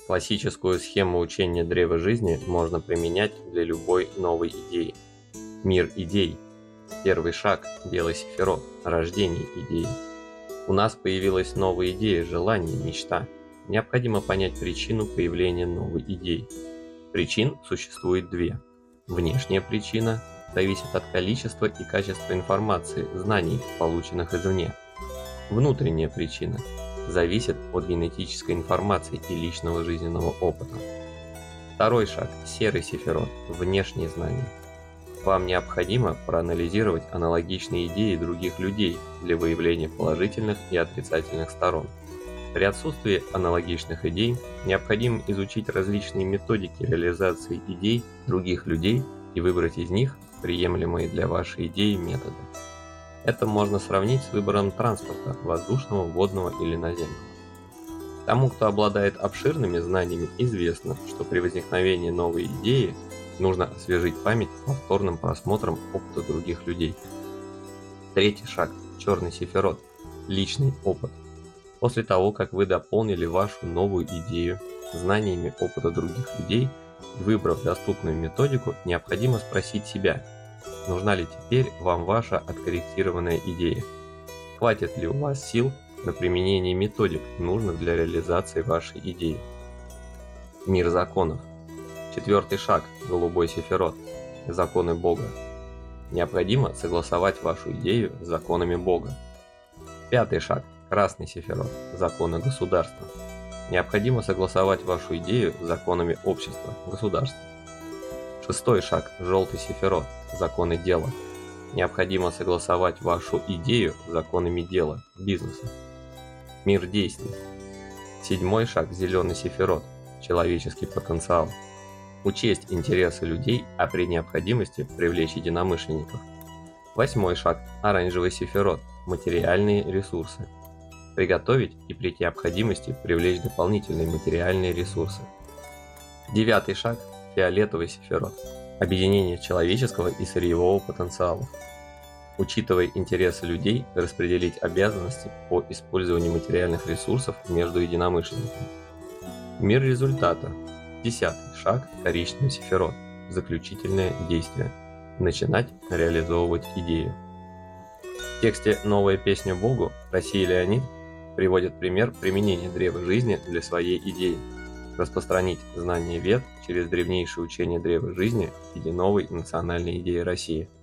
Классическую схему учения древа жизни можно применять для любой новой идеи. Мир идей. Первый шаг – белый сефирот, рождение идеи. У нас появилась новая идея, желание, мечта. Необходимо понять причину появления новой идеи. Причин существует две. Внешняя причина зависит от количества и качества информации, знаний, полученных извне. Внутренняя причина зависит от генетической информации и личного жизненного опыта. Второй шаг – серый сефирот, внешние знания. Вам необходимо проанализировать аналогичные идеи других людей для выявления положительных и отрицательных сторон. При отсутствии аналогичных идей необходимо изучить различные методики реализации идей других людей и выбрать из них приемлемые для вашей идеи методы. Это можно сравнить с выбором транспорта – воздушного, водного или наземного. Тому, кто обладает обширными знаниями, известно, что при возникновении новой идеи нужно освежить память повторным просмотром опыта других людей. Третий шаг – черный сефирот – личный опыт. После того, как вы дополнили вашу новую идею знаниями опыта других людей и выбрав доступную методику, необходимо спросить себя, нужна ли теперь вам ваша откорректированная идея? Хватит ли у вас сил на применение методик, нужных для реализации вашей идеи? Мир законов. Четвертый шаг – голубой сефирот. Законы Бога. Необходимо согласовать вашу идею с законами Бога. Пятый шаг – красный сефирот. Законы государства. Необходимо согласовать вашу идею с законами общества, государства. Шестой шаг – желтый сефирот. Законы дела. Необходимо согласовать вашу идею с законами дела, бизнеса. Мир действий. Седьмой шаг – зеленый сефирот. Человеческий потенциал. Учесть интересы людей, а при необходимости привлечь единомышленников. Восьмой шаг – оранжевый сефирот. Материальные ресурсы. Приготовить и при необходимости привлечь дополнительные материальные ресурсы. Девятый шаг – фиолетовый сефирот. Объединение человеческого и сырьевого потенциала. Учитывая интересы людей, распределить обязанности по использованию материальных ресурсов между единомышленниками. Мир результата. Десятый шаг – коричневый сефирот. Заключительное действие. Начинать реализовывать идею. В тексте «Новая песня Богу» Россия Леонид приводит пример применения древа жизни для своей идеи. Распространить знания вед через древнейшее учение древа жизни в виде новой национальной идеи России.